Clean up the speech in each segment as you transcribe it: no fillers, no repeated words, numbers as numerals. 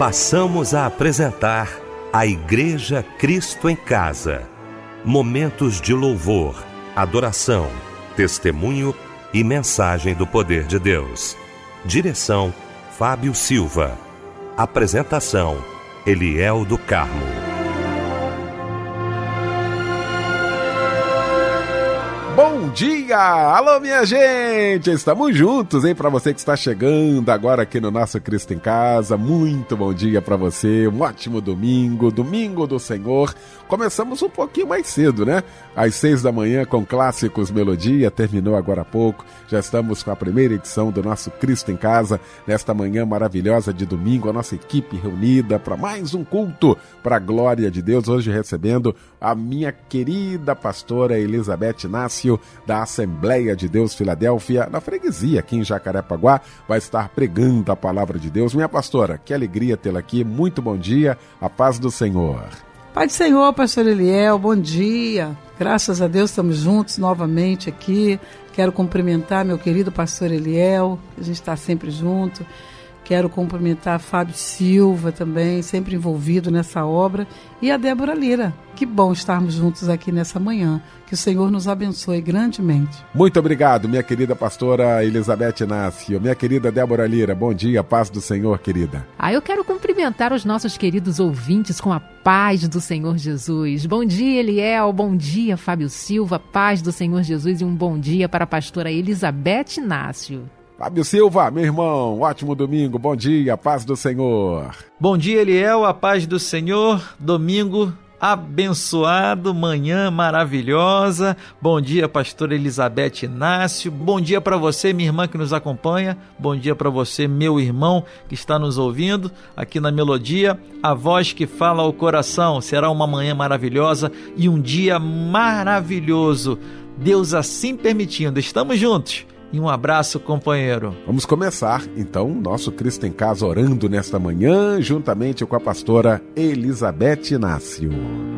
Passamos a apresentar a Igreja Cristo em Casa. Momentos de louvor, adoração, testemunho e mensagem do poder de Deus. Direção: Fábio Silva. Apresentação: Eliel do Carmo. Bom dia! Alô, minha gente! Estamos juntos, hein? Para você que está chegando agora aqui no nosso Cristo em Casa, muito bom dia para você, um ótimo domingo do Senhor. Começamos um pouquinho mais cedo, né? Às 6 da manhã com Clássicos Melodia, terminou agora há pouco. Já estamos com a primeira edição do nosso Cristo em Casa, nesta manhã maravilhosa de domingo, a nossa equipe reunida para mais um culto para a glória de Deus. Hoje recebendo a minha querida pastora Elizabeth Inácio, da Assembleia de Deus Filadélfia, na freguesia aqui em Jacarepaguá, vai estar pregando a palavra de Deus. Minha pastora, que alegria tê-la aqui, muito bom dia, a paz do Senhor. Pai do Senhor, pastor Eliel, bom dia. Graças a Deus estamos juntos novamente aqui. Quero cumprimentar meu querido pastor Eliel, a gente está sempre junto. Quero cumprimentar Fábio Silva também, sempre envolvido nessa obra. E a Débora Lira. Que bom estarmos juntos aqui nessa manhã. Que o Senhor nos abençoe grandemente. Muito obrigado, minha querida pastora Elizabeth Inácio. Minha querida Débora Lira, bom dia, paz do Senhor, querida. Eu quero cumprimentar os nossos queridos ouvintes com a paz do Senhor Jesus. Bom dia, Eliel. Bom dia, Fábio Silva. Paz do Senhor Jesus e um bom dia para a pastora Elizabeth Inácio. Fábio Silva, meu irmão, ótimo domingo, bom dia, paz do Senhor. Bom dia, Eliel, a paz do Senhor, domingo abençoado, manhã maravilhosa. Bom dia, pastora Elizabeth Inácio. Bom dia para você, minha irmã que nos acompanha. Bom dia para você, meu irmão que está nos ouvindo aqui na Melodia. A voz que fala ao coração. Será uma manhã maravilhosa e um dia maravilhoso. Deus assim permitindo. Estamos juntos. E um abraço, companheiro. Vamos começar, então, nosso Cristo em Casa orando nesta manhã, juntamente com a pastora Elizabeth Inácio.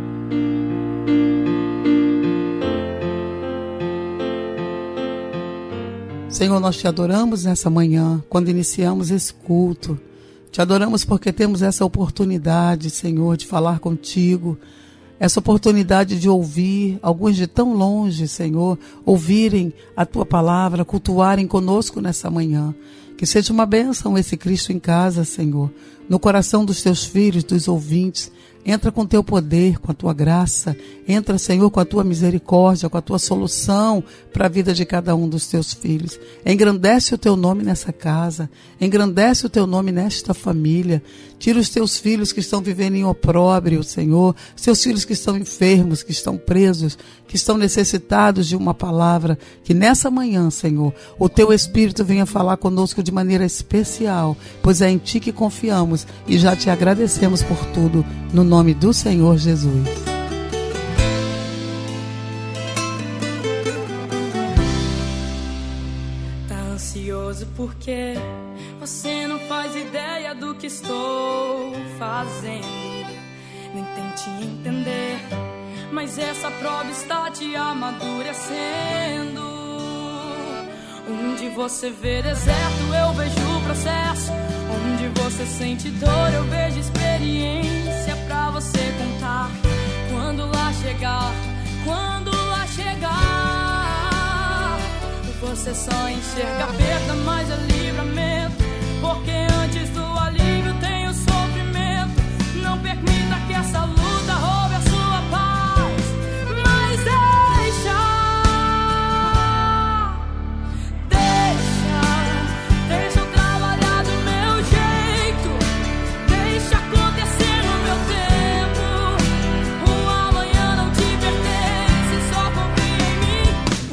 Senhor, nós te adoramos nessa manhã, quando iniciamos esse culto. Te adoramos porque temos essa oportunidade, Senhor, de falar contigo. Essa oportunidade de ouvir, alguns de tão longe, Senhor, ouvirem a Tua palavra, cultuarem conosco nessa manhã. Que seja uma bênção esse Cristo em Casa, Senhor, no coração dos Teus filhos, dos ouvintes. Entra com Teu poder, com a Tua graça. Entra, Senhor, com a Tua misericórdia, com a Tua solução para a vida de cada um dos Teus filhos. Engrandece o Teu nome nessa casa. Engrandece o Teu nome nesta família. Tira os Teus filhos que estão vivendo em opróbrio, Senhor. Seus filhos que estão enfermos, que estão presos, que estão necessitados de uma palavra. Que nessa manhã, Senhor, o Teu Espírito venha falar conosco de maneira especial, pois é em Ti que confiamos e já Te agradecemos por tudo. No nome do Senhor Jesus. Tá ansioso porque você não faz ideia do que estou fazendo. Nem tente entender, mas essa prova está te amadurecendo. Onde você vê deserto, eu vejo o processo. Onde você sente dor, eu vejo experiência pra você contar. Quando lá chegar, você só enxerga perda, mas é livramento. Porque antes do alívio tem o sofrimento. Não permita que essa luta roube a sua paz, mas deixa eu trabalhar do meu jeito. Deixa acontecer no meu tempo. O amanhã não te pertence, só confia em mim.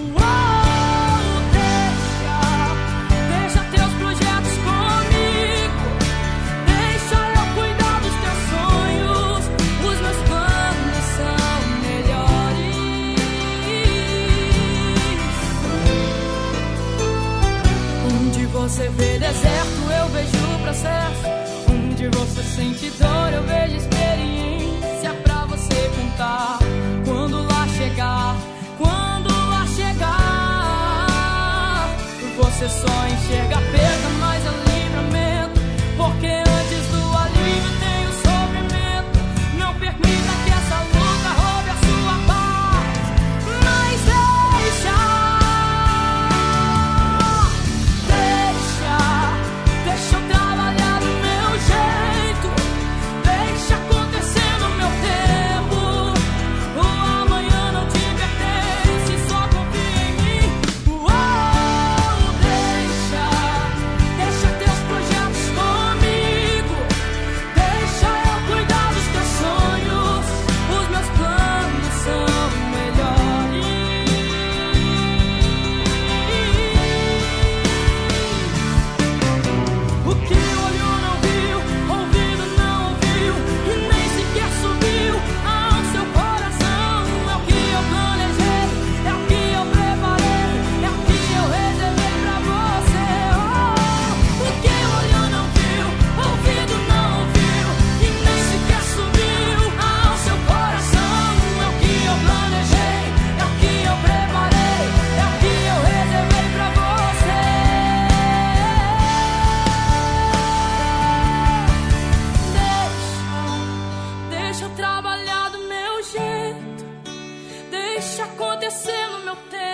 Deixa teus projetos comigo. Deixa eu cuidar dos teus sonhos. Os meus planos são melhores. Onde você vê deserto, eu vejo o processo. Onde você sente dor, eu vejo experiência pra você contar. Quando lá chegar, você só enxerga perda, mas é livramento. Porque antes do alívio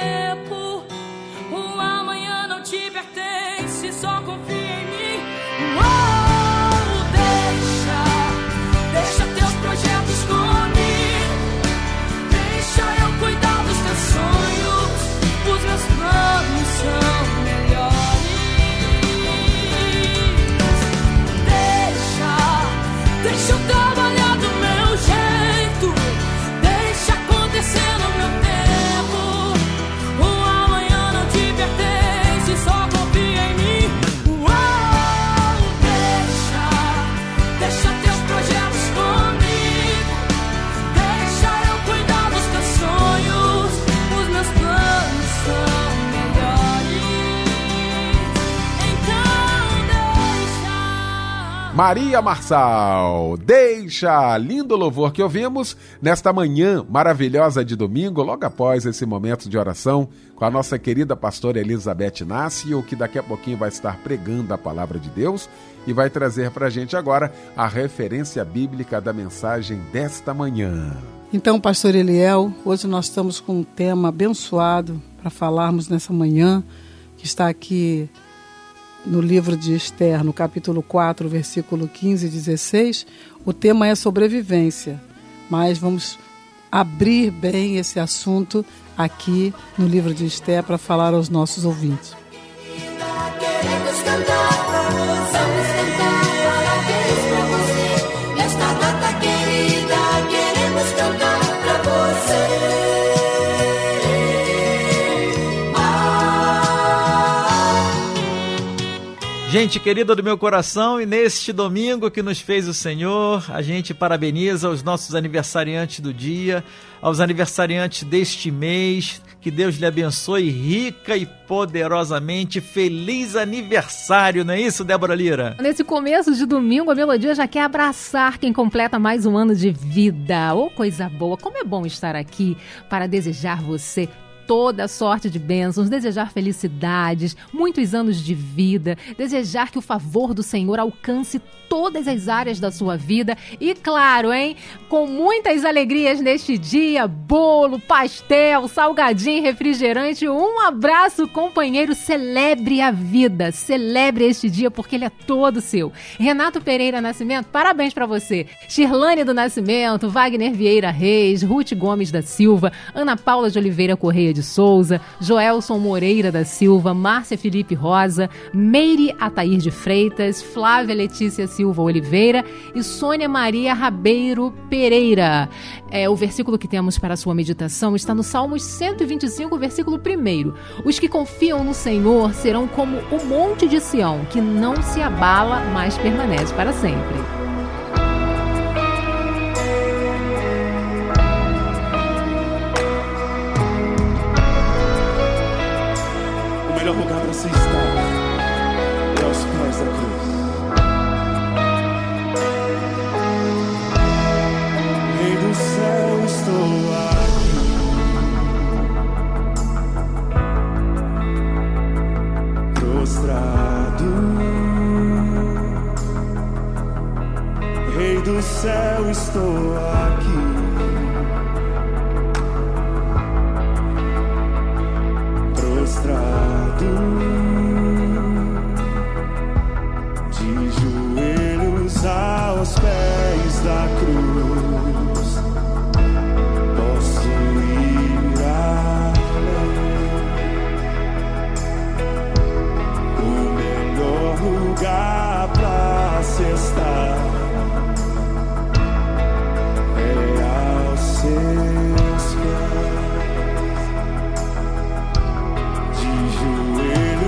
tempo. O amanhã não te pertence, só confia em mim. Deixa teus projetos comigo. Deixa eu cuidar dos teus sonhos. Os meus planos são melhores. Deixa eu trabalhar do meu jeito. Deixa acontecer no meu tempo. O amanhã não te pertence, só confia em mim. Deixa teus projetos comigo. Deixa eu cuidar dos teus sonhos. Os meus planos são melhores. Então deixa. Maria Marçal, deixa, lindo louvor que ouvimos nesta manhã maravilhosa de domingo, logo após esse momento de oração com a nossa querida pastora Elizabeth Inácio, que daqui a pouquinho vai estar pregando a palavra de Deus e vai trazer para a gente agora a referência bíblica da mensagem desta manhã. Então, pastor Eliel, hoje nós estamos com um tema abençoado para falarmos nessa manhã, que está aqui no livro de Esther, no capítulo 4, versículo 15 e 16. O tema é sobrevivência, mas vamos abrir bem esse assunto aqui no livro de Esther para falar aos nossos ouvintes. Queremos cantar, vamos cantar, parabéns pra você. Nesta data querida, queremos cantar pra você. Gente querida do meu coração, e neste domingo que nos fez o Senhor, a gente parabeniza os nossos aniversariantes do dia, aos aniversariantes deste mês. Que Deus lhe abençoe rica e poderosamente. Feliz aniversário, não é isso, Débora Lira? Nesse começo de domingo, a Melodia já quer abraçar quem completa mais um ano de vida. Ô, coisa boa! Como é bom estar aqui para desejar você toda sorte de bênçãos, desejar felicidades, muitos anos de vida, desejar que o favor do Senhor alcance todas as áreas da sua vida e, claro, com muitas alegrias neste dia, bolo, pastel, salgadinho, refrigerante. Um abraço, companheiro, celebre a vida, celebre este dia porque ele é todo seu. Renato Pereira Nascimento, parabéns pra você. Shirlane do Nascimento, Wagner Vieira Reis, Ruth Gomes da Silva, Ana Paula de Oliveira Correia de Souza, Joelson Moreira da Silva, Márcia Felipe Rosa, Meire Atair de Freitas, Flávia Letícia Silva Oliveira e Sônia Maria Rabeiro Pereira. O versículo que temos para a sua meditação está no Salmos 125, versículo 1. Os que confiam no Senhor serão como o monte de Sião, que não se abala, mas permanece para sempre. O melhor lugar para se estar é aos pés da cruz. Rei do céu, estou aqui, prostrado. Rei do céu, estou aqui, prostrado, de joelhos aos pés da cruz. Posso ir além. O melhor lugar pra se estar é aos seus pés. De joelhos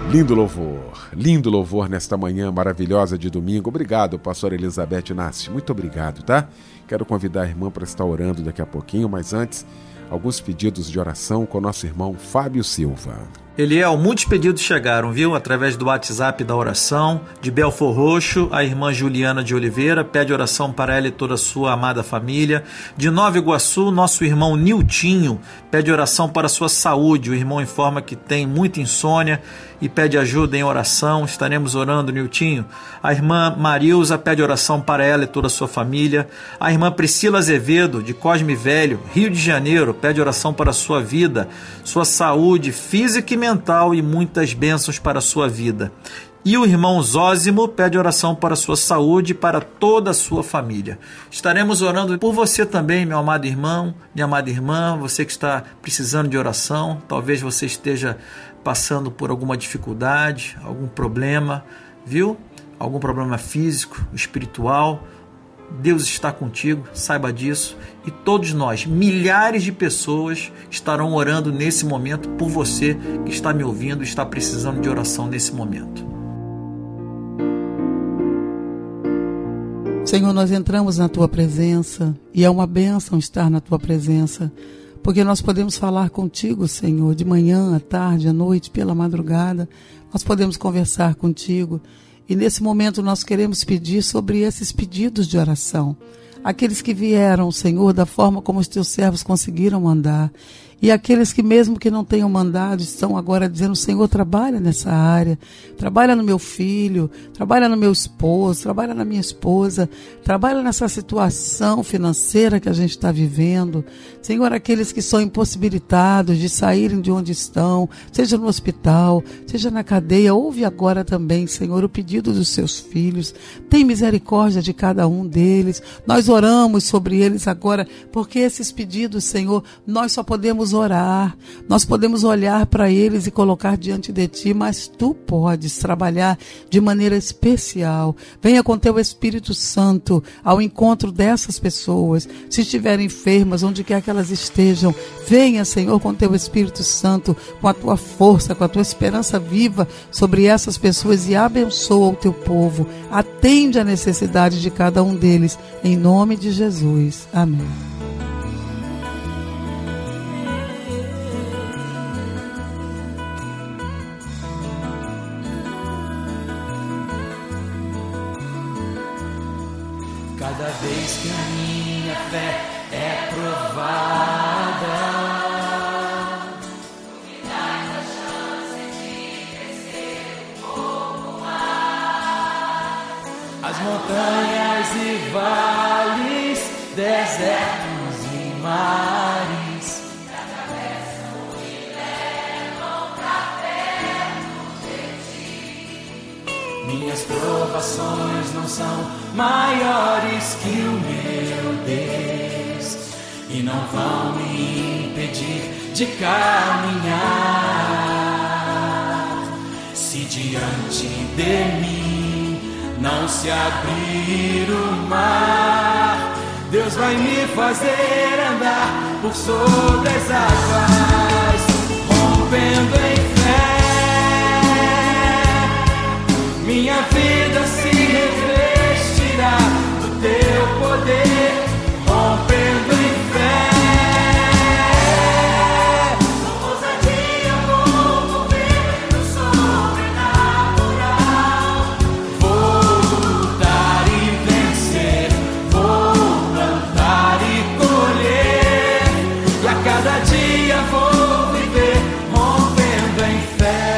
Lindo louvor nesta manhã maravilhosa de domingo. Obrigado, pastor Elizabeth Nassi, muito obrigado, tá? Quero convidar a irmã para estar orando daqui a pouquinho, mas antes, alguns pedidos de oração com o nosso irmão Fábio Silva. Eliel, muitos pedidos chegaram, viu? Através do WhatsApp da oração. De Belfor Roxo, a irmã Juliana de Oliveira pede oração para ela e toda a sua amada família. De Nova Iguaçu, nosso irmão Niltinho pede oração para a sua saúde. O irmão informa que tem muita insônia e pede ajuda em oração. Estaremos orando, Niltinho. A irmã Marilza pede oração para ela e toda a sua família. A irmã Priscila Azevedo, de Cosme Velho, Rio de Janeiro, pede oração para a sua vida, sua saúde física e mental e muitas bênçãos para a sua vida. E o irmão Zósimo pede oração para a sua saúde e para toda a sua família. Estaremos orando por você também, meu amado irmão, minha amada irmã, você que está precisando de oração. Talvez você esteja passando por alguma dificuldade, algum problema, viu? Algum problema físico, espiritual. Deus está contigo, saiba disso. E todos nós, milhares de pessoas, estarão orando nesse momento por você que está me ouvindo e está precisando de oração nesse momento. Senhor, nós entramos na Tua presença e é uma bênção estar na Tua presença, porque nós podemos falar contigo, Senhor, de manhã, à tarde, à noite, pela madrugada. Nós podemos conversar contigo. E nesse momento nós queremos pedir sobre esses pedidos de oração. Aqueles que vieram, Senhor, da forma como os teus servos conseguiram mandar. E aqueles que mesmo que não tenham mandado, estão agora dizendo, Senhor, trabalha nessa área, trabalha no meu filho, trabalha no meu esposo, trabalha na minha esposa, trabalha nessa situação financeira que a gente está vivendo. Senhor, aqueles que são impossibilitados de saírem de onde estão, seja no hospital, seja na cadeia, ouve agora também, Senhor, o pedido dos seus filhos. Tem misericórdia de cada um deles. Nós oramos sobre eles agora, porque esses pedidos, Senhor, nós só podemos orar, nós podemos olhar para eles e colocar diante de Ti, mas Tu podes trabalhar de maneira especial. Venha com Teu Espírito Santo ao encontro dessas pessoas, se estiverem enfermas, onde quer que elas estejam, venha, Senhor, com Teu Espírito Santo, com a Tua força, com a Tua esperança viva sobre essas pessoas e abençoa o Teu povo, atende a necessidade de cada um deles, em nome de Jesus. Amém. Cada vez que a minha fé é provada, tu me dás a chance de crescer um pouco mais. As montanhas e vales, desertos e mares, me atravessam e levam pra perto de Ti. Minhas provações não são maiores que o meu Deus e não vão me impedir de caminhar. Se diante de mim não se abrir o mar, Deus vai me fazer andar por sobre as águas, rompendo em fé. Minha vida se revestirá do Teu poder, rompendo em fé. Com ousadia vou mover no sobrenatural. Vou lutar e vencer, vou plantar e colher, e a cada dia vou viver rompendo em fé.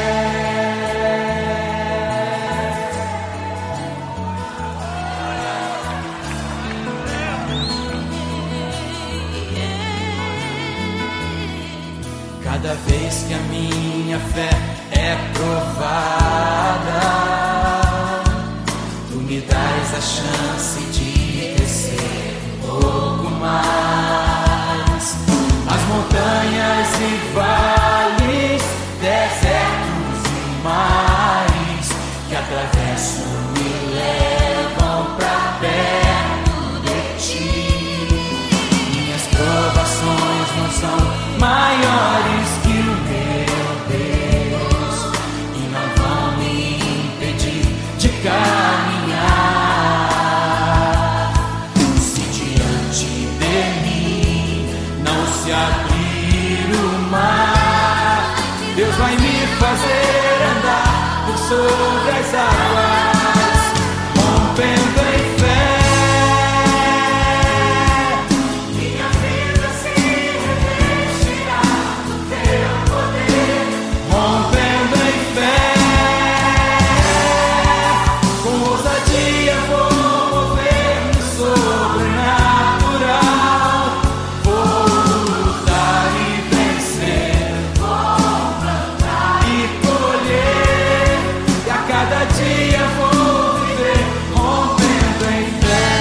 Cada vez que a minha fé é provada, Tu me dás a chance de crescer um pouco mais. As montanhas e vales, desertos e mares que atravessam e levam pra perto de Ti. Minhas provações não são maiores que o meu Deus e não vão se abrir o mar, Deus vai me fazer andar por sobre as águas, rompendo em fé. Minha vida se revestirá do teu poder, rompendo em fé. Com ousadia vou mover no sobrenatural, vou lutar e vencer, vou plantar e colher, e a cada dia vou viver rompendo em fé.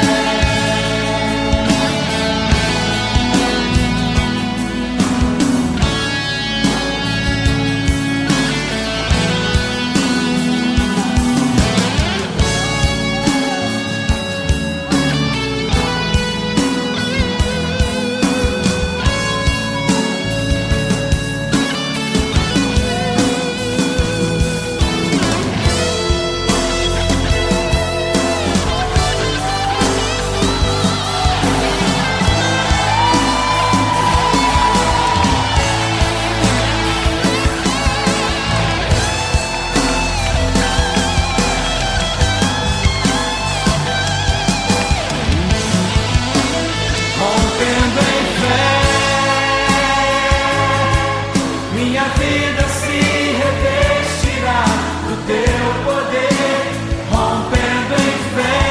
Rompendo em fé, minha vida se revestirá do teu poder, rompendo em fé.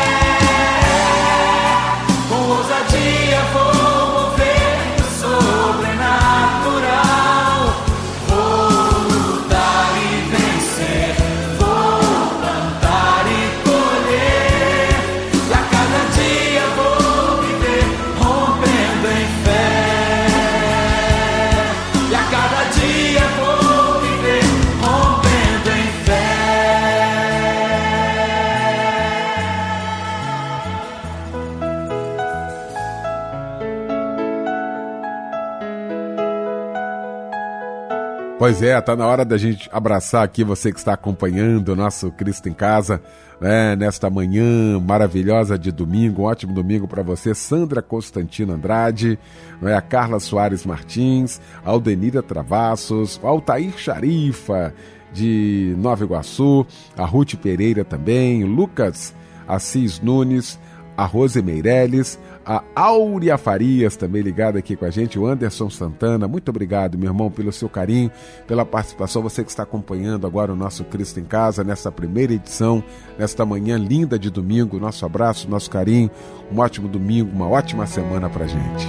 Com ousadia vou mover no sobrenatural, vou lutar e vencer, vou plantar e colher, e a cada dia vou viver rompendo em fé, e a cada dia vou viver rompendo em fé. Pois é, tá na hora da gente abraçar aqui você que está acompanhando o nosso Cristo em Casa, né, nesta manhã maravilhosa de domingo, um ótimo domingo para você, Sandra Constantino Andrade, né, a Carla Soares Martins, a Aldenira Travassos, o Altair Charifa de Nova Iguaçu, a Ruth Pereira também, Lucas Assis Nunes, a Rose Meirelles, a Áurea Farias também ligada aqui com a gente, o Anderson Santana, muito obrigado, meu irmão, pelo seu carinho, pela participação, você que está acompanhando agora o nosso Cristo em Casa, nessa primeira edição, nesta manhã linda de domingo, nosso abraço, nosso carinho, um ótimo domingo, uma ótima semana pra gente.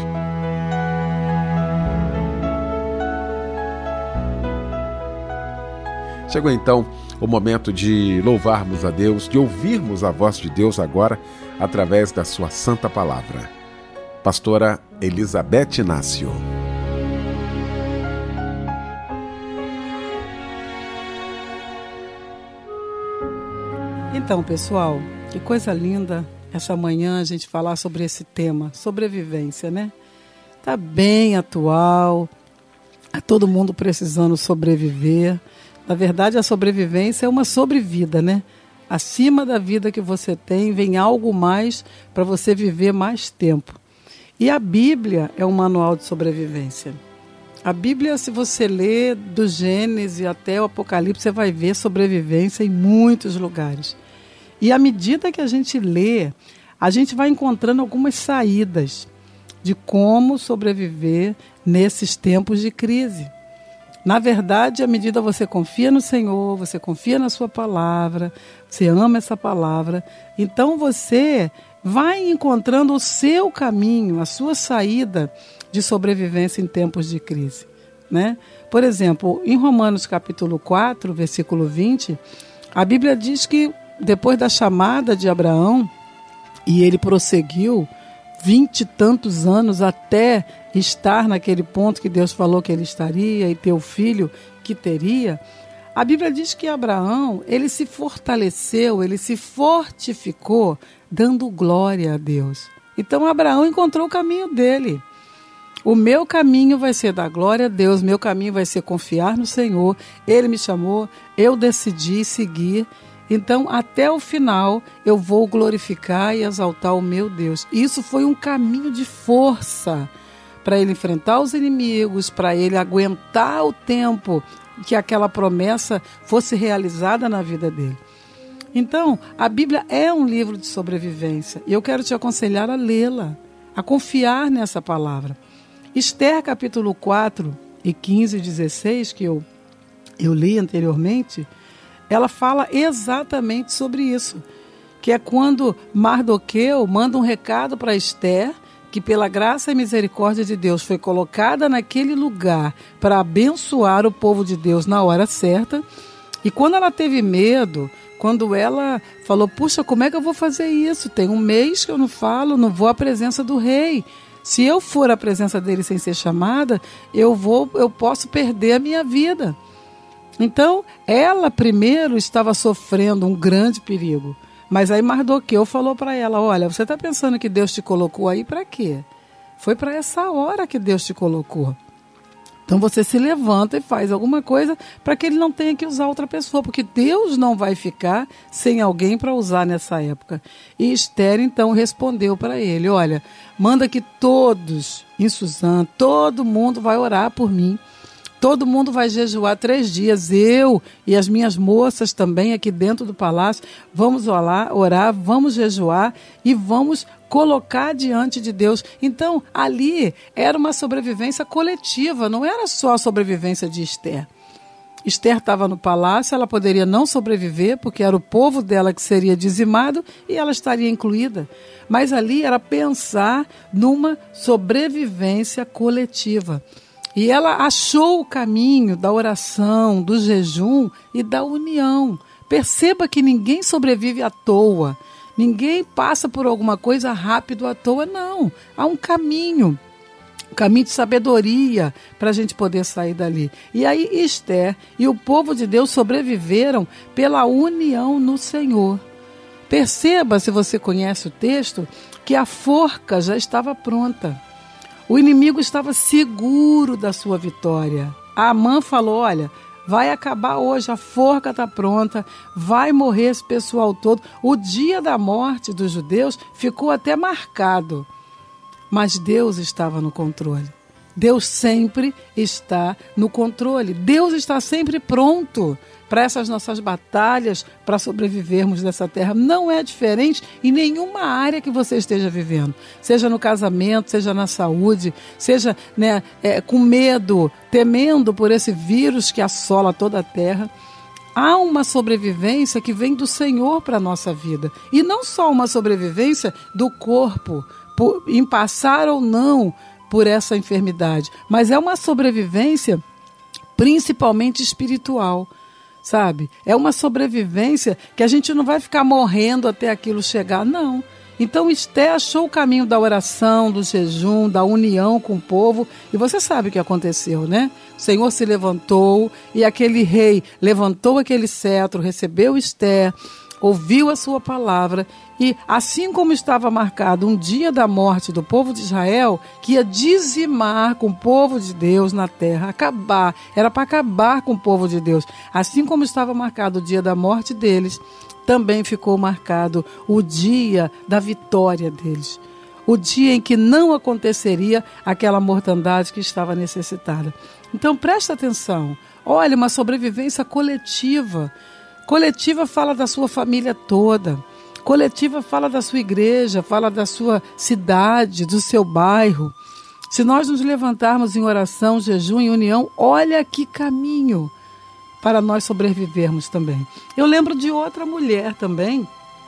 Chegou então o momento de louvarmos a Deus, de ouvirmos a voz de Deus agora através da sua santa palavra. Pastora Elizabeth Inácio. Então, pessoal, que coisa linda essa manhã a gente falar sobre esse tema, sobrevivência, né? Tá bem atual, tá todo mundo precisando sobreviver. Na verdade, a sobrevivência é uma sobrevida, né? Acima da vida que você tem, vem algo mais para você viver mais tempo. E a Bíblia é um manual de sobrevivência. A Bíblia, se você ler do Gênesis até o Apocalipse, você vai ver sobrevivência em muitos lugares. E à medida que a gente lê, a gente vai encontrando algumas saídas de como sobreviver nesses tempos de crise. Na verdade, à medida que você confia no Senhor, você confia na sua palavra, você ama essa palavra, então você vai encontrando o seu caminho, a sua saída de sobrevivência em tempos de crise, né? Por exemplo, em Romanos capítulo 4, versículo 20, a Bíblia diz que depois da chamada de Abraão, e ele prosseguiu 20 e tantos anos até estar naquele ponto que Deus falou que ele estaria e ter o filho que teria, a Bíblia diz que Abraão, ele se fortaleceu, ele se fortificou, dando glória a Deus. Então Abraão encontrou o caminho dele. O meu caminho vai ser dar glória a Deus, meu caminho vai ser confiar no Senhor, Ele me chamou, eu decidi seguir. Então, até o final, eu vou glorificar e exaltar o meu Deus. Isso foi um caminho de força para ele enfrentar os inimigos, para ele aguentar o tempo que aquela promessa fosse realizada na vida dele. Então, a Bíblia é um livro de sobrevivência e eu quero te aconselhar a lê-la, a confiar nessa palavra. Esther, capítulo 4 e 15 e 16, que eu li anteriormente, ela fala exatamente sobre isso, que é quando Mardoqueu manda um recado para Esther, que pela graça e misericórdia de Deus foi colocada naquele lugar para abençoar o povo de Deus na hora certa. E quando ela teve medo, quando ela falou, puxa, como é que eu vou fazer isso? Tem um mês que eu não falo, não vou à presença do rei. Se eu for à presença dele sem ser chamada, eu posso perder a minha vida. Então, ela primeiro estava sofrendo um grande perigo. Mas aí Mardoqueu falou para ela, olha, você está pensando que Deus te colocou aí para quê? Foi para essa hora que Deus te colocou. Então você se levanta e faz alguma coisa para que ele não tenha que usar outra pessoa, porque Deus não vai ficar sem alguém para usar nessa época. E Esther então respondeu para ele, olha, manda que todos em Suzã, todo mundo vai orar por mim. Todo mundo vai jejuar 3 dias, eu e as minhas moças também aqui dentro do palácio, vamos orar, vamos jejuar e vamos colocar diante de Deus. Então, ali era uma sobrevivência coletiva, não era só a sobrevivência de Esther. Esther estava no palácio, ela poderia não sobreviver, porque era o povo dela que seria dizimado e ela estaria incluída. Mas ali era pensar numa sobrevivência coletiva. E ela achou o caminho da oração, do jejum e da união. Perceba que ninguém sobrevive à toa. Ninguém passa por alguma coisa rápido à toa, não. Há um caminho de sabedoria para a gente poder sair dali. E aí Esther e o povo de Deus sobreviveram pela união no Senhor. Perceba, se você conhece o texto, que a forca já estava pronta. O inimigo estava seguro da sua vitória. A Amã falou, olha, vai acabar hoje, a forca está pronta, vai morrer esse pessoal todo. O dia da morte dos judeus ficou até marcado, mas Deus estava no controle. Deus sempre está no controle. Deus está sempre pronto para essas nossas batalhas, para sobrevivermos nessa terra. Não é diferente em nenhuma área que você esteja vivendo. Seja no casamento, seja na saúde, seja com medo, temendo por esse vírus que assola toda a terra. Há uma sobrevivência que vem do Senhor para a nossa vida. E não só uma sobrevivência do corpo, em passar ou não por essa enfermidade, mas é uma sobrevivência principalmente espiritual, sabe? É uma sobrevivência que a gente não vai ficar morrendo até aquilo chegar, não. Então Esther achou o caminho da oração, do jejum, da união com o povo, e você sabe o que aconteceu, né? O Senhor se levantou e aquele rei levantou aquele cetro, recebeu Esther, ouviu a sua palavra e, assim como estava marcado um dia da morte do povo de Israel, que ia dizimar com o povo de Deus na terra, era para acabar com o povo de Deus. Assim como estava marcado o dia da morte deles, também ficou marcado o dia da vitória deles. O dia em que não aconteceria aquela mortandade que estava necessitada. Então presta atenção, olha, uma sobrevivência coletiva. Coletiva fala da sua família toda. Coletiva fala da sua igreja, fala da sua cidade, do seu bairro. Se nós nos levantarmos em oração, jejum e união, olha que caminho para nós sobrevivermos também. Eu lembro de outra mulher também,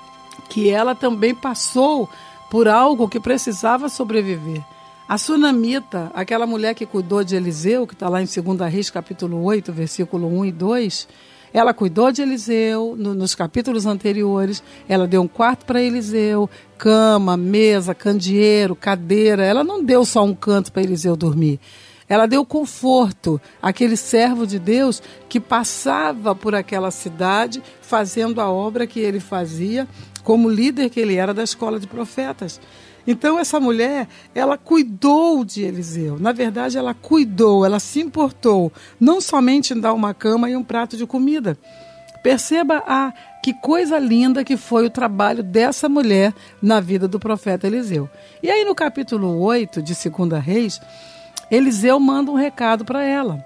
que ela também passou por algo que precisava sobreviver. A Sunamita, aquela mulher que cuidou de Eliseu, que está lá em 2 Reis, capítulo 8, versículo 1 e 2, ela cuidou de Eliseu nos capítulos anteriores, ela deu um quarto para Eliseu, cama, mesa, candeeiro, cadeira. Ela não deu só um canto para Eliseu dormir. Ela deu conforto àquele servo de Deus que passava por aquela cidade fazendo a obra que ele fazia, como líder que ele era da escola de profetas. Então essa mulher, ela cuidou de Eliseu. Na verdade, ela cuidou, ela se importou, não somente em dar uma cama e um prato de comida, Perceba que coisa linda que foi o trabalho dessa mulher na vida do profeta Eliseu. E aí no capítulo 8 de 2 Reis, Eliseu manda um recado para ela.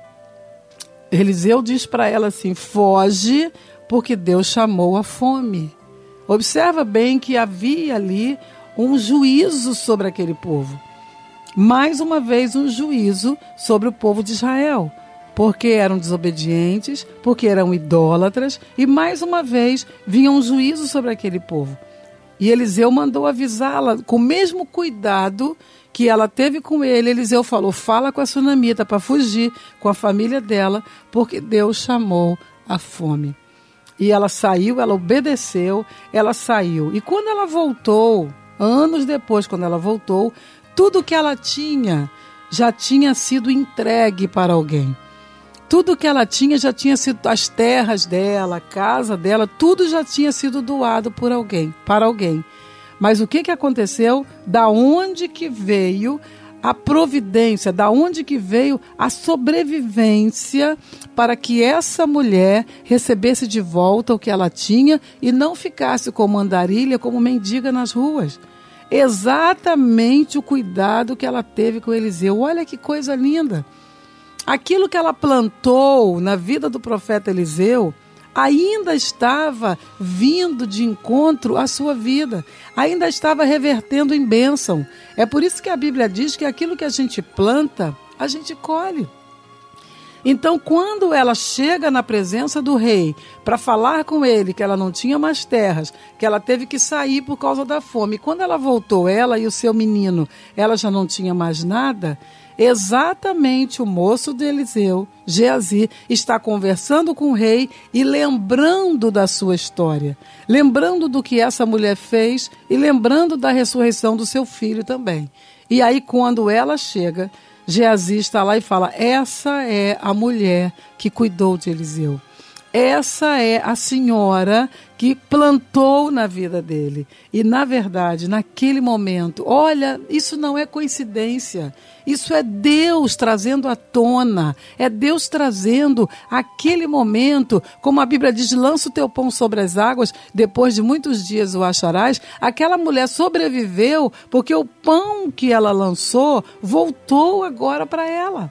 Eliseu diz para ela assim: foge, porque Deus chamou a fome. Observa bem que havia ali um juízo sobre aquele povo. Mais uma vez um juízo sobre o povo de Israel. Porque eram desobedientes, porque eram idólatras, e mais uma vez vinha um juízo sobre aquele povo. E Eliseu mandou avisá-la com o mesmo cuidado que ela teve com ele. Eliseu falou: fala com a sunamita para fugir com a família dela, porque Deus chamou a fome. E ela saiu, ela obedeceu, ela saiu. E quando ela voltou, anos depois, quando ela voltou, tudo que ela tinha já tinha sido entregue para alguém. Tudo que ela tinha já tinha sido, as terras dela, a casa dela, tudo já tinha sido doado por alguém, para alguém. Mas o que aconteceu? Da onde que veio a providência? Da onde que veio a sobrevivência para que essa mulher recebesse de volta o que ela tinha e não ficasse como andarilha, como mendiga nas ruas? Exatamente o cuidado que ela teve com Eliseu. Olha que coisa linda! Aquilo que ela plantou na vida do profeta Eliseu ainda estava vindo de encontro à sua vida, ainda estava revertendo em bênção. É por isso que a Bíblia diz que aquilo que a gente planta, a gente colhe. Então, quando ela chega na presença do rei para falar com ele que ela não tinha mais terras, que ela teve que sair por causa da fome, quando ela voltou, ela e o seu menino, ela já não tinha mais nada. Exatamente o moço de Eliseu, Geazi, está conversando com o rei e lembrando da sua história, lembrando do que essa mulher fez e lembrando da ressurreição do seu filho também. E aí, quando ela chega, Geazi está lá e fala: essa é a mulher que cuidou de Eliseu. Essa é a senhora que plantou na vida dele. E, na verdade, naquele momento, olha, isso não é coincidência. Isso é Deus trazendo à tona. É Deus trazendo aquele momento, como a Bíblia diz: lança o teu pão sobre as águas, depois de muitos dias o acharás. Aquela mulher sobreviveu porque o pão que ela lançou voltou agora para ela.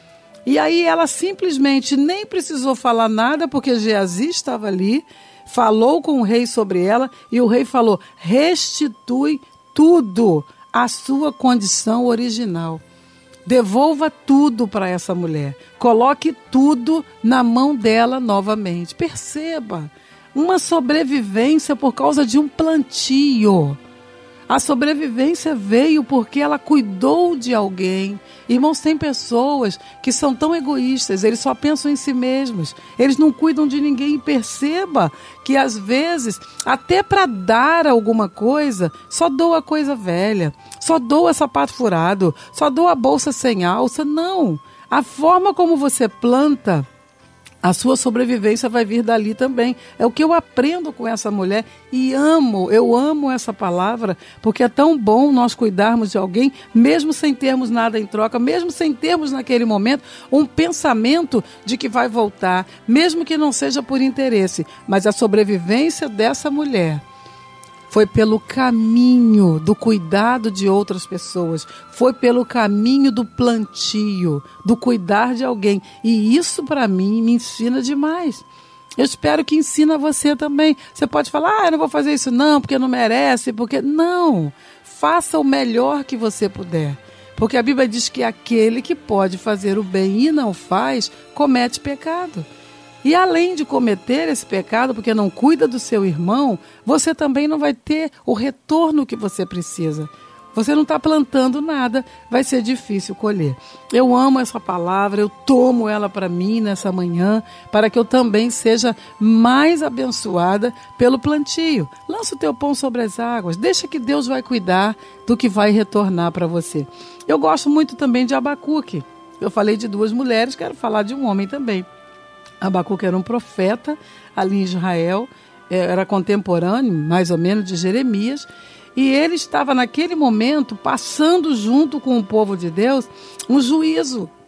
E aí ela simplesmente nem precisou falar nada, porque Geazi estava ali, falou com o rei sobre ela, e o rei falou: restitui tudo à sua condição original. Devolva tudo para essa mulher. Coloque tudo na mão dela novamente. Perceba, uma sobrevivência por causa de um plantio. A sobrevivência veio porque ela cuidou de alguém. Irmãos, tem pessoas que são tão egoístas, eles só pensam em si mesmos, eles não cuidam de ninguém. E perceba que às vezes, até para dar alguma coisa, só doa coisa velha, só doa sapato furado, só doa bolsa sem alça. Não, a forma como você planta, a sua sobrevivência vai vir dali também. É o que eu aprendo com essa mulher e eu amo essa palavra, porque é tão bom nós cuidarmos de alguém, mesmo sem termos nada em troca, mesmo sem termos naquele momento um pensamento de que vai voltar, mesmo que não seja por interesse. Mas a sobrevivência dessa mulher foi pelo caminho do cuidado de outras pessoas, foi pelo caminho do plantio, do cuidar de alguém. E isso para mim me ensina demais. Eu espero que ensina você também. Você pode falar: eu não vou fazer isso não, porque não merece, porque... Não, faça o melhor que você puder. Porque a Bíblia diz que aquele que pode fazer o bem e não faz, comete pecado. E além de cometer esse pecado, porque não cuida do seu irmão, você também não vai ter o retorno que você precisa. Você não está plantando nada, vai ser difícil colher. Eu amo essa palavra, eu tomo ela para mim nessa manhã, para que eu também seja mais abençoada pelo plantio. Lança o teu pão sobre as águas, deixa que Deus vai cuidar do que vai retornar para você. Eu gosto muito também de Abacuque. Eu falei de duas mulheres, quero falar de um homem também. Abacuque era um profeta ali em Israel, era contemporâneo, mais ou menos, de Jeremias, e ele estava naquele momento passando junto com o povo de Deus um juízo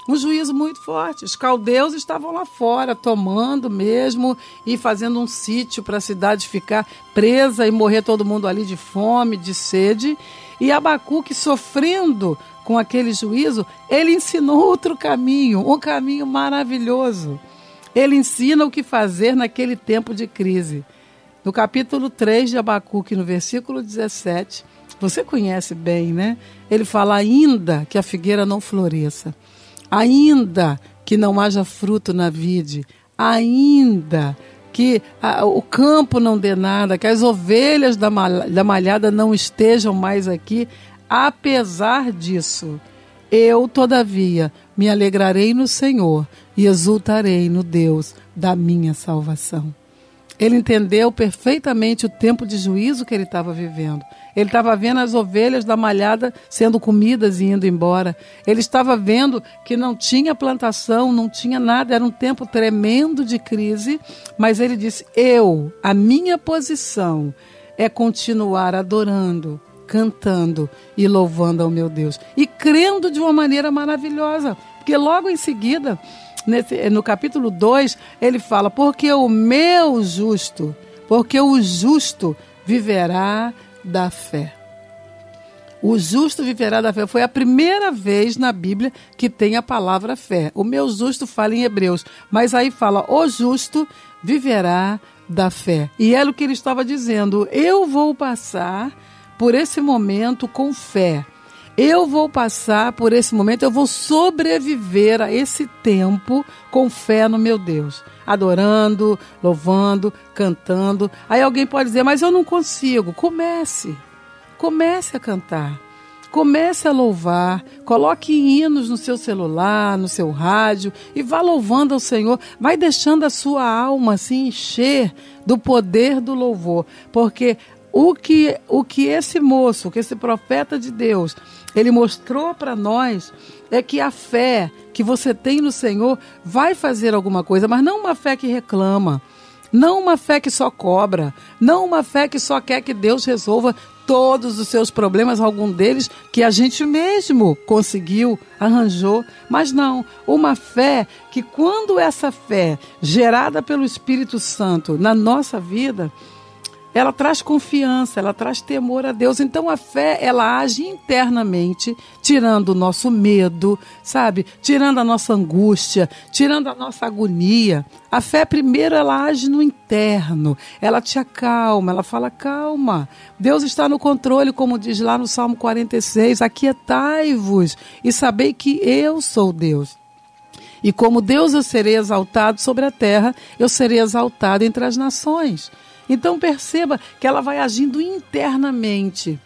Um juízo muito forte. Os caldeus estavam lá fora, tomando mesmo e fazendo um sítio para a cidade ficar presa e morrer todo mundo ali de fome, de sede. E Abacuque, sofrendo com aquele juízo, ele ensinou outro caminho, um caminho maravilhoso. Ele ensina o que fazer naquele tempo de crise. No capítulo 3 de Abacuque, no versículo 17, você conhece bem, né? Ele fala: ainda que a figueira não floresça, ainda que não haja fruto na vide, ainda que o campo não dê nada, que as ovelhas da malhada não estejam mais aqui, apesar disso, eu, todavia, me alegrarei no Senhor e exultarei no Deus da minha salvação. Ele entendeu perfeitamente o tempo de juízo que ele estava vivendo. Ele estava vendo as ovelhas da malhada sendo comidas e indo embora. Ele estava vendo que não tinha plantação, não tinha nada. Era um tempo tremendo de crise. Mas ele disse: a minha posição é continuar adorando, cantando e louvando ao meu Deus. E crendo de uma maneira maravilhosa. Porque logo em seguida, no capítulo 2, ele fala: porque o justo viverá da fé. O justo viverá da fé. Foi a primeira vez na Bíblia que tem a palavra fé. O meu justo fala em Hebreus, mas aí fala: o justo viverá da fé. E era o que ele estava dizendo: eu vou passar por esse momento com fé. Eu vou passar por esse momento, eu vou sobreviver a esse tempo com fé no meu Deus. Adorando, louvando, cantando. Aí alguém pode dizer: mas eu não consigo. Comece a cantar. Comece a louvar. Coloque hinos no seu celular, no seu rádio e vá louvando ao Senhor. Vai deixando a sua alma se encher do poder do louvor. Porque o que esse moço, que esse profeta de Deus, ele mostrou para nós é que a fé que você tem no Senhor vai fazer alguma coisa, mas não uma fé que reclama, não uma fé que só cobra, não uma fé que só quer que Deus resolva todos os seus problemas, algum deles que a gente mesmo conseguiu, arranjou, mas não, uma fé que, quando essa fé gerada pelo Espírito Santo na nossa vida, ela traz confiança, ela traz temor a Deus. Então a fé, ela age internamente, tirando o nosso medo, sabe? Tirando a nossa angústia, tirando a nossa agonia. A fé, primeiro, ela age no interno, ela te acalma, ela fala: calma, Deus está no controle, como diz lá no Salmo 46, aquietai-vos e sabei que eu sou Deus. E como Deus eu serei exaltado sobre a terra, eu serei exaltado entre as nações. Então perceba que ela vai agindo internamente.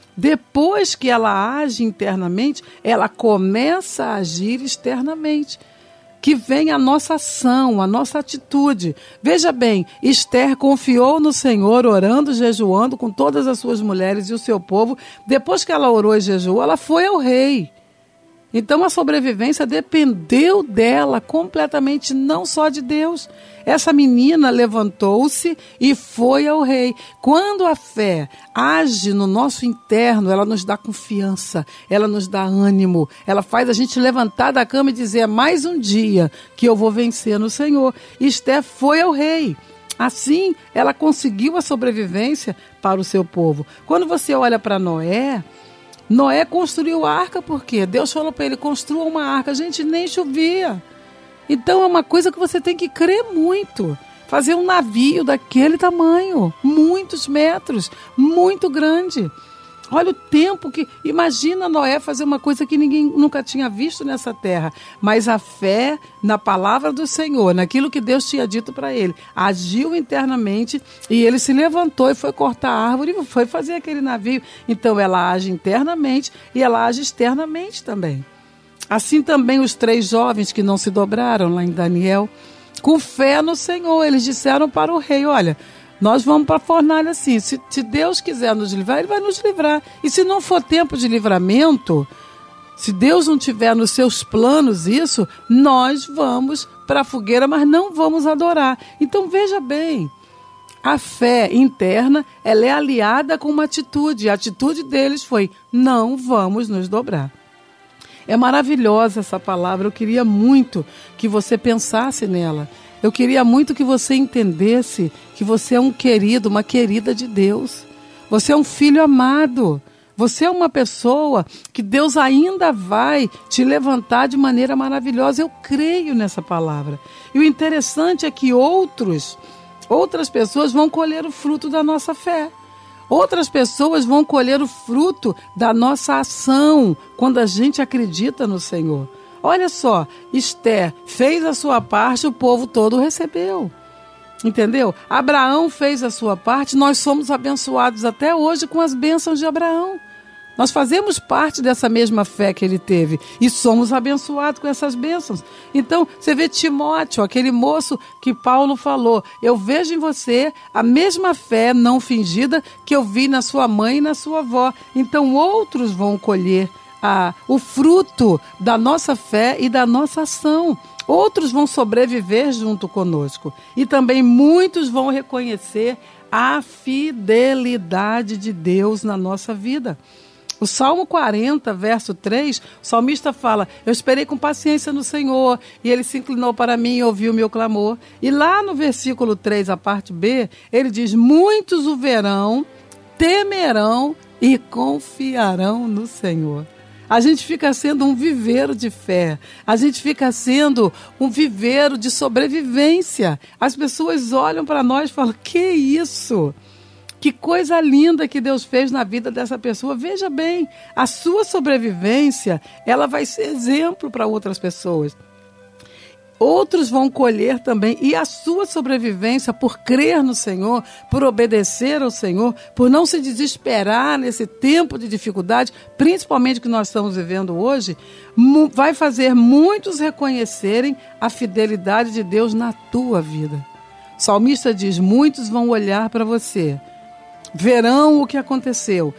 Depois que ela age internamente, ela começa a agir externamente. Que vem a nossa ação, a nossa atitude. Veja bem, Esther confiou no Senhor, orando, jejuando com todas as suas mulheres e o seu povo. Depois que ela orou e jejuou, ela foi ao rei. Então a sobrevivência dependeu dela completamente, não só de Deus. Essa menina levantou-se e foi ao rei. Quando a fé age no nosso interno, ela nos dá confiança, ela nos dá ânimo, ela faz a gente levantar da cama e dizer: é mais um dia que eu vou vencer no Senhor. E Esther foi ao rei. Assim, ela conseguiu a sobrevivência para o seu povo. Quando você olha para Noé construiu a arca porque Deus falou para ele: construa uma arca. Gente, nem chovia. Então é uma coisa que você tem que crer muito. Fazer um navio daquele tamanho, muitos metros, muito grande. Olha o tempo que... Imagina Noé fazer uma coisa que ninguém nunca tinha visto nessa terra. Mas a fé na palavra do Senhor, naquilo que Deus tinha dito para ele, agiu internamente e ele se levantou e foi cortar a árvore e foi fazer aquele navio. Então ela age internamente e ela age externamente também. Assim também os 3 jovens que não se dobraram lá em Daniel, com fé no Senhor, eles disseram para o rei: olha, nós vamos para a fornalha assim, se Deus quiser nos livrar, Ele vai nos livrar. E se não for tempo de livramento, se Deus não tiver nos seus planos isso, nós vamos para a fogueira, mas não vamos adorar. Então veja bem, a fé interna, ela é aliada com uma atitude. A atitude deles foi: não vamos nos dobrar. É maravilhosa essa palavra. Eu queria muito que você pensasse nela. Eu queria muito que você entendesse que você é um querido, uma querida de Deus. Você é um filho amado. Você é uma pessoa que Deus ainda vai te levantar de maneira maravilhosa. Eu creio nessa palavra. E o interessante é que outras pessoas vão colher o fruto da nossa fé. Outras pessoas vão colher o fruto da nossa ação quando a gente acredita no Senhor. Olha só, Esther fez a sua parte, o povo todo recebeu. Entendeu? Abraão fez a sua parte, nós somos abençoados até hoje com as bênçãos de Abraão. Nós fazemos parte dessa mesma fé que ele teve e somos abençoados com essas bênçãos. Então, você vê Timóteo, aquele moço que Paulo falou, eu vejo em você a mesma fé não fingida que eu vi na sua mãe e na sua avó. Então, outros vão colher o fruto da nossa fé e da nossa ação. Outros vão sobreviver junto conosco. E também muitos vão reconhecer a fidelidade de Deus na nossa vida. O Salmo 40, verso 3, o salmista fala, eu esperei com paciência no Senhor, e Ele se inclinou para mim e ouviu o meu clamor. E lá no versículo 3, a parte B, ele diz, muitos o verão, temerão e confiarão no Senhor. A gente fica sendo um viveiro de fé, a gente fica sendo um viveiro de sobrevivência. As pessoas olham para nós e falam, que isso? Que coisa linda que Deus fez na vida dessa pessoa. Veja bem, a sua sobrevivência, ela vai ser exemplo para outras pessoas. Outros vão colher também, e a sua sobrevivência por crer no Senhor, por obedecer ao Senhor, por não se desesperar nesse tempo de dificuldade, principalmente que nós estamos vivendo hoje, vai fazer muitos reconhecerem a fidelidade de Deus na tua vida. O salmista diz, muitos vão olhar para você, verão o que aconteceu,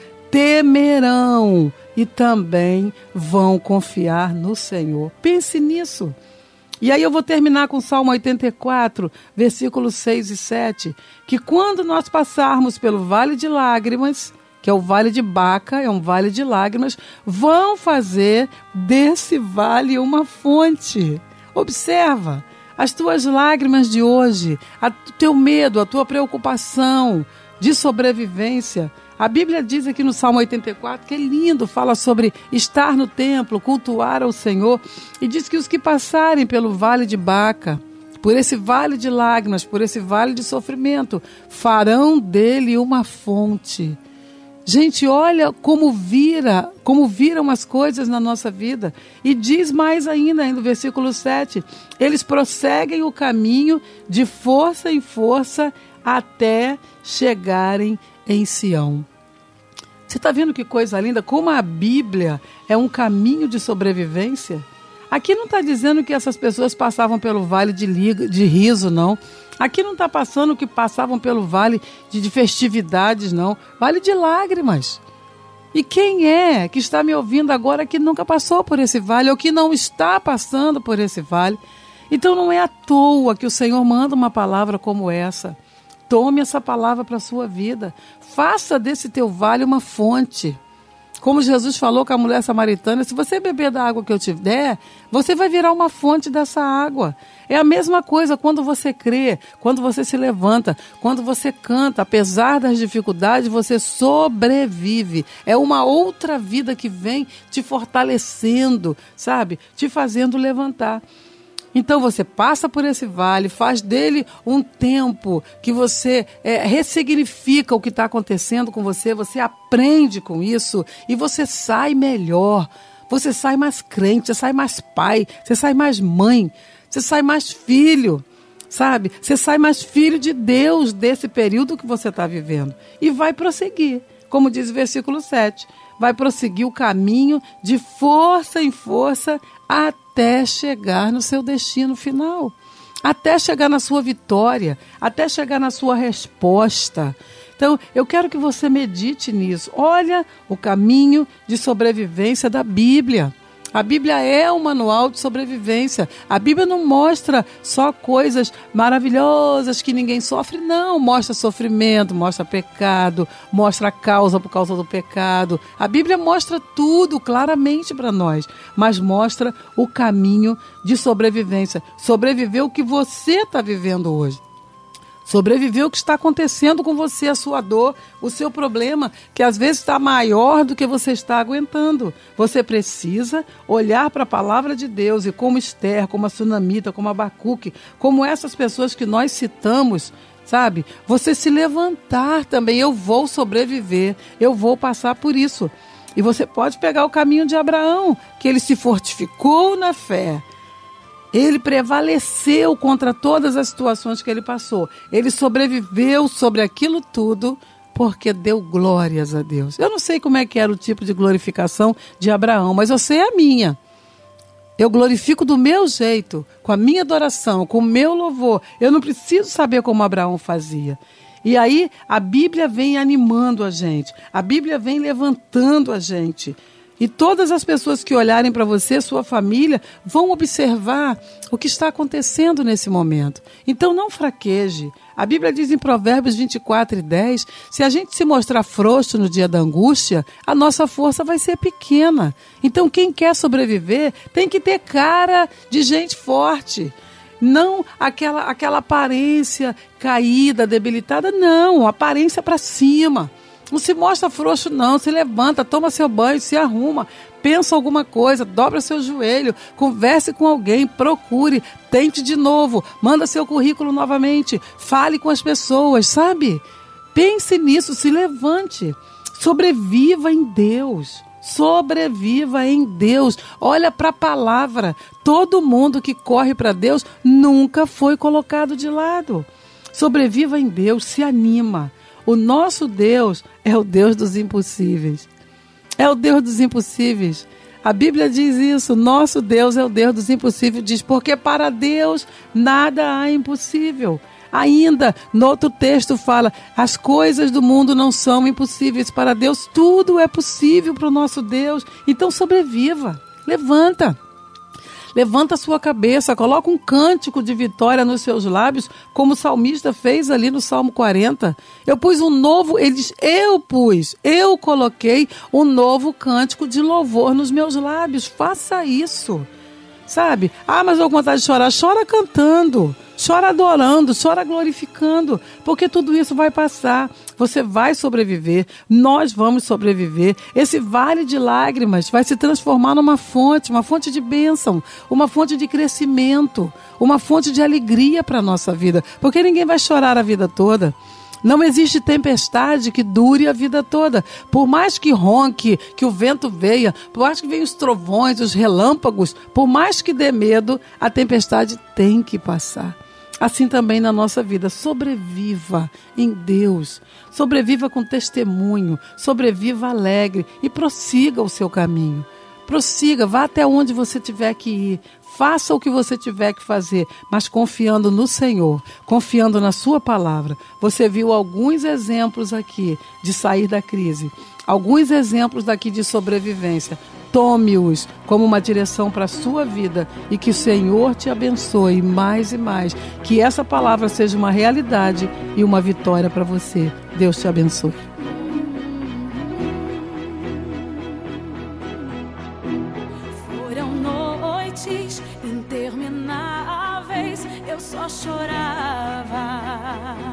temerão e também vão confiar no Senhor. Pense nisso. E aí eu vou terminar com o Salmo 84, versículos 6 e 7, que quando nós passarmos pelo vale de lágrimas, que é o vale de Baca, é um vale de lágrimas, vão fazer desse vale uma fonte. Observa, as tuas lágrimas de hoje, o teu medo, a tua preocupação de sobrevivência. A Bíblia diz aqui no Salmo 84, que é lindo, fala sobre estar no templo, cultuar ao Senhor, e diz que os que passarem pelo vale de Baca, por esse vale de lágrimas, por esse vale de sofrimento, farão dele uma fonte. Gente, olha como viram as coisas na nossa vida. E diz mais ainda no versículo 7, eles prosseguem o caminho de força em força até chegarem em Sião. Você está vendo que coisa linda? Como a Bíblia é um caminho de sobrevivência? Aqui não está dizendo que essas pessoas passavam pelo vale de riso, não. Aqui não está passando que passavam pelo vale de festividades, não. Vale de lágrimas. E quem é que está me ouvindo agora que nunca passou por esse vale ou que não está passando por esse vale? Então não é à toa que o Senhor manda uma palavra como essa. Tome essa palavra para a sua vida. Faça desse teu vale uma fonte. Como Jesus falou com a mulher samaritana, se você beber da água que eu te der, você vai virar uma fonte dessa água. É a mesma coisa quando você crê, quando você se levanta, quando você canta. Apesar das dificuldades, você sobrevive. É uma outra vida que vem te fortalecendo, sabe? Te fazendo levantar. Então você passa por esse vale, faz dele um tempo que você ressignifica o que está acontecendo com você, você aprende com isso e você sai melhor, você sai mais crente, você sai mais pai, você sai mais mãe, você sai mais filho, sabe? Você sai mais filho de Deus desse período que você está vivendo e vai prosseguir, como diz o versículo 7, vai prosseguir o caminho de força em força até chegar no seu destino final, até chegar na sua vitória, até chegar na sua resposta. Então, eu quero que você medite nisso. Olha o caminho de sobrevivência da Bíblia. A Bíblia é um manual de sobrevivência. A Bíblia não mostra só coisas maravilhosas que ninguém sofre, não. Mostra sofrimento, mostra pecado, mostra a causa por causa do pecado. A Bíblia mostra tudo claramente para nós, mas mostra o caminho de sobrevivência. Sobreviver o que você está vivendo hoje. Sobreviver o que está acontecendo com você, a sua dor, o seu problema, que às vezes está maior do que você está aguentando. Você precisa olhar para a palavra de Deus e como Esther, como a Sunamita, como Abacuque, como essas pessoas que nós citamos, sabe? Você se levantar também. Eu vou sobreviver, eu vou passar por isso. E você pode pegar o caminho de Abraão, que ele se fortificou na fé. Ele prevaleceu contra todas as situações que ele passou. Ele sobreviveu sobre aquilo tudo porque deu glórias a Deus. Eu não sei como é que era o tipo de glorificação de Abraão, mas eu sei a minha. Eu glorifico do meu jeito, com a minha adoração, com o meu louvor. Eu não preciso saber como Abraão fazia. E aí a Bíblia vem animando a gente. A Bíblia vem levantando a gente. E todas as pessoas que olharem para você, sua família, vão observar o que está acontecendo nesse momento. Então não fraqueje. A Bíblia diz em Provérbios 24:10, se a gente se mostrar frouxo no dia da angústia, a nossa força vai ser pequena. Então quem quer sobreviver tem que ter cara de gente forte. Não aquela aparência caída, debilitada, não, aparência para cima. Não se mostra frouxo não, se levanta, toma seu banho, se arruma, pensa alguma coisa, dobra seu joelho, converse com alguém, procure, tente de novo, manda seu currículo novamente, fale com as pessoas, sabe? Pense nisso, se levante, sobreviva em Deus. Sobreviva em Deus. Olha para a palavra. Todo mundo que corre para Deus nunca foi colocado de lado. Sobreviva em Deus, se anima. O nosso Deus é o Deus dos impossíveis. É o Deus dos impossíveis. A Bíblia diz isso. Nosso Deus é o Deus dos impossíveis. Diz, porque para Deus nada há impossível. Ainda, no outro texto fala, as coisas do mundo não são impossíveis. Para Deus tudo é possível para o nosso Deus. Então sobreviva. Levanta. Levanta a sua cabeça, coloca um cântico de vitória nos seus lábios, como o salmista fez ali no Salmo 40. Eu pus um novo, ele diz, eu coloquei um novo cântico de louvor nos meus lábios. Faça isso, sabe? Ah, mas eu tenho vontade de chorar. Chora cantando, chora adorando, chora glorificando, porque tudo isso vai passar. Você vai sobreviver, nós vamos sobreviver. Esse vale de lágrimas vai se transformar numa fonte de bênção, uma fonte de crescimento, uma fonte de alegria para a nossa vida, porque ninguém vai chorar a vida toda. Não existe tempestade que dure a vida toda. Por mais que ronque, que o vento venha, por mais que venham os trovões, os relâmpagos, por mais que dê medo, a tempestade tem que passar. Assim também na nossa vida, sobreviva em Deus, sobreviva com testemunho, sobreviva alegre e prossiga o seu caminho. Prossiga, vá até onde você tiver que ir, faça o que você tiver que fazer, mas confiando no Senhor, confiando na sua palavra. Você viu alguns exemplos aqui de sair da crise, alguns exemplos daqui de sobrevivência. Tome-os como uma direção para a sua vida e que o Senhor te abençoe mais e mais. Que essa palavra seja uma realidade e uma vitória para você. Deus te abençoe. Foram noites intermináveis, eu só chorava.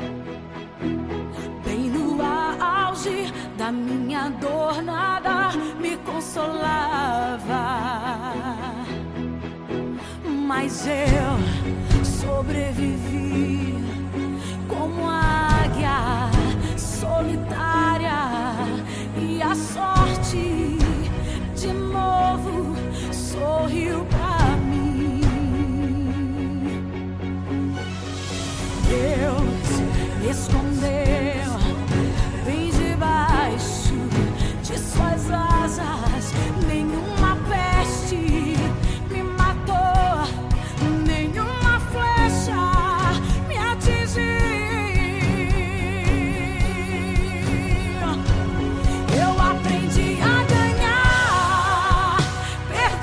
Bem no auge da minha dor, nada me consolava. Mas eu sobrevivi como águia solitária, e a sorte de novo sorriu pra mim. Deus me escondeu bem debaixo de suas asas. Nenhuma peste me matou, nenhuma flecha me atingiu. Eu aprendi a ganhar, perder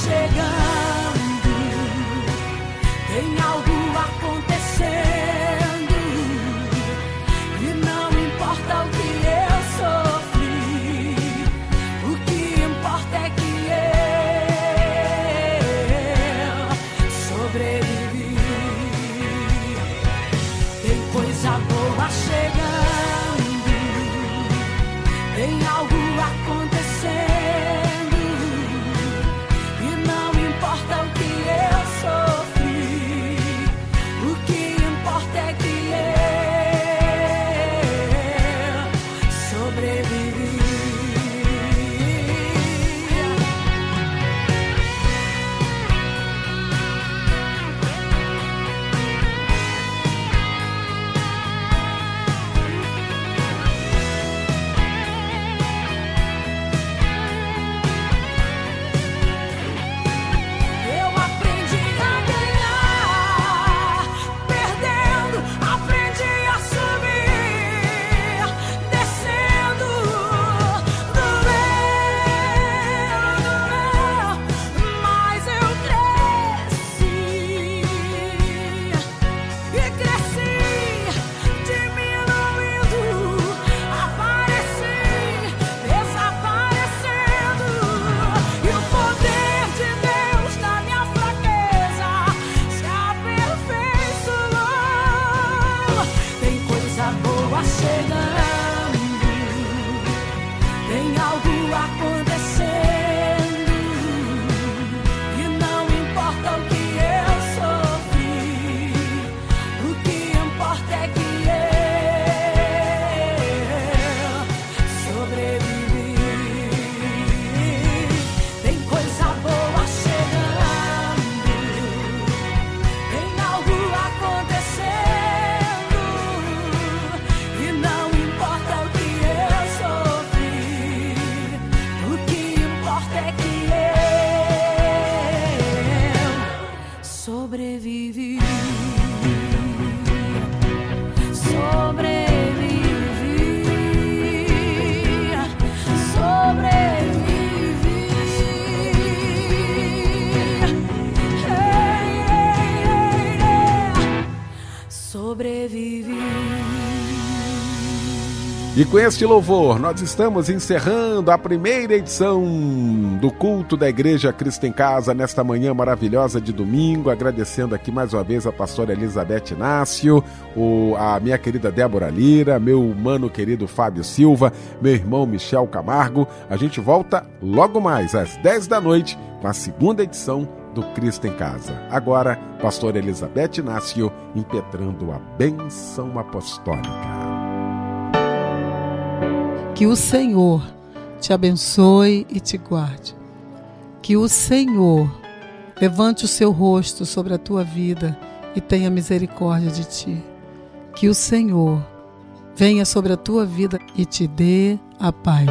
chegando, tem algo acontecendo, e não importa o que eu sofri, o que importa é que eu sobrevivi. Tem coisa boa chegando, tem algo acontecendo, e não importa o que eu sofri, o que importa é que eu sobrevivi. Eu aprendi a ganhar, perdendo, aprendi a subir, descendo, doeu, mas eu cresci, e cresci, diminuindo, apareci, desaparecendo, e o poder de Deus na minha fraqueza se aperfeiçoou. Tem coisa boa chegando, tem algo acontecendo, e não importa o que eu sofri, o que importa é que eu sobrevivi. Tem coisa boa chegando, tem algo acontecendo, e não importa o que eu sofri, o que importa é que eu sobrevivi. Sobrevivi. E com este louvor, nós estamos encerrando a primeira edição do culto da Igreja Cristo em Casa nesta manhã maravilhosa de domingo, agradecendo aqui mais uma vez a pastora Elizabeth Inácio, a minha querida Débora Lira, meu mano querido Fábio Silva, meu irmão Michel Camargo. A gente volta logo mais às 10 da noite com a segunda edição do Cristo em Casa. Agora, pastora Elizabeth Inácio impetrando a bênção apostólica. Que o Senhor te abençoe e te guarde. Que o Senhor levante o seu rosto sobre a tua vida e tenha misericórdia de ti. Que o Senhor venha sobre a tua vida e te dê a paz.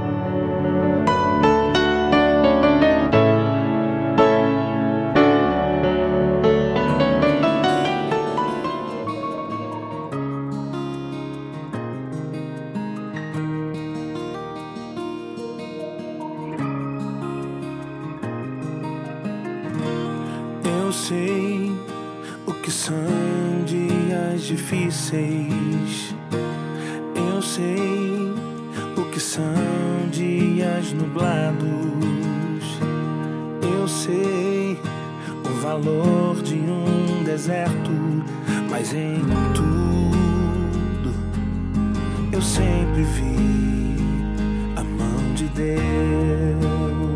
Eu sei o que são dias difíceis. Eu sei o que são dias nublados. Eu sei o valor de um deserto, mas em tudo eu sempre vi a mão de Deus.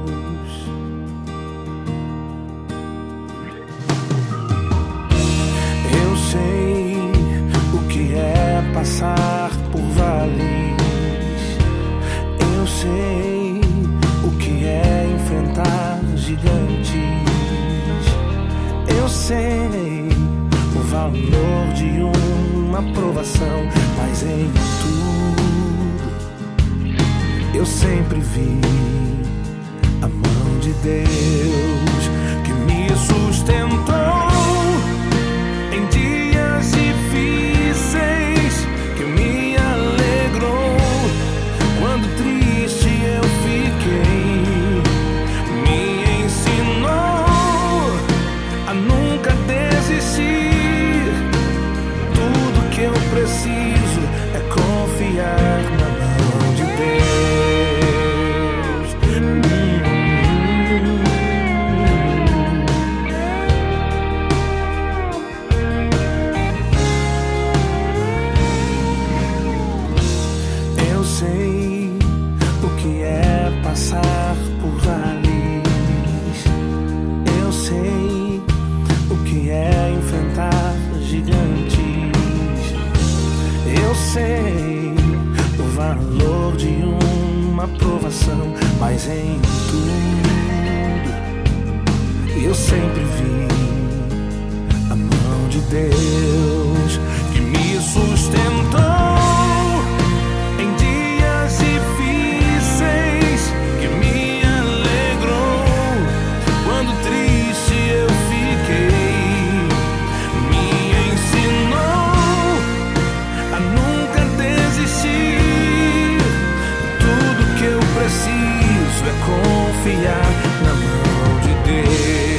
Eu sei o que é passar por vales. Eu sei o que é enfrentar gigantes. Eu sei o valor de uma provação, mas em tudo eu sempre vi a mão de Deus que me sustentou em dias difíceis, que me alegrou quando triste eu fiquei, me ensinou passar por ali. Eu sei o que é enfrentar gigantes. Eu sei o valor de uma provação, mas em tudo eu sempre vi a mão de Deus que me sustentou em dias difíceis, que me alegrou quando triste eu fiquei, me ensinou a nunca desistir. Tudo que eu preciso é confiar na mão de Deus.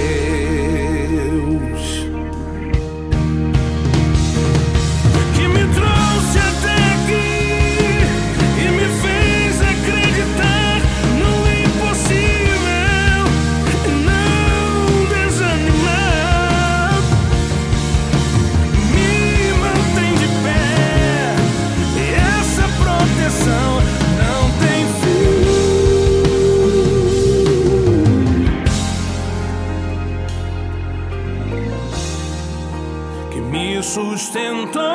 Sustentou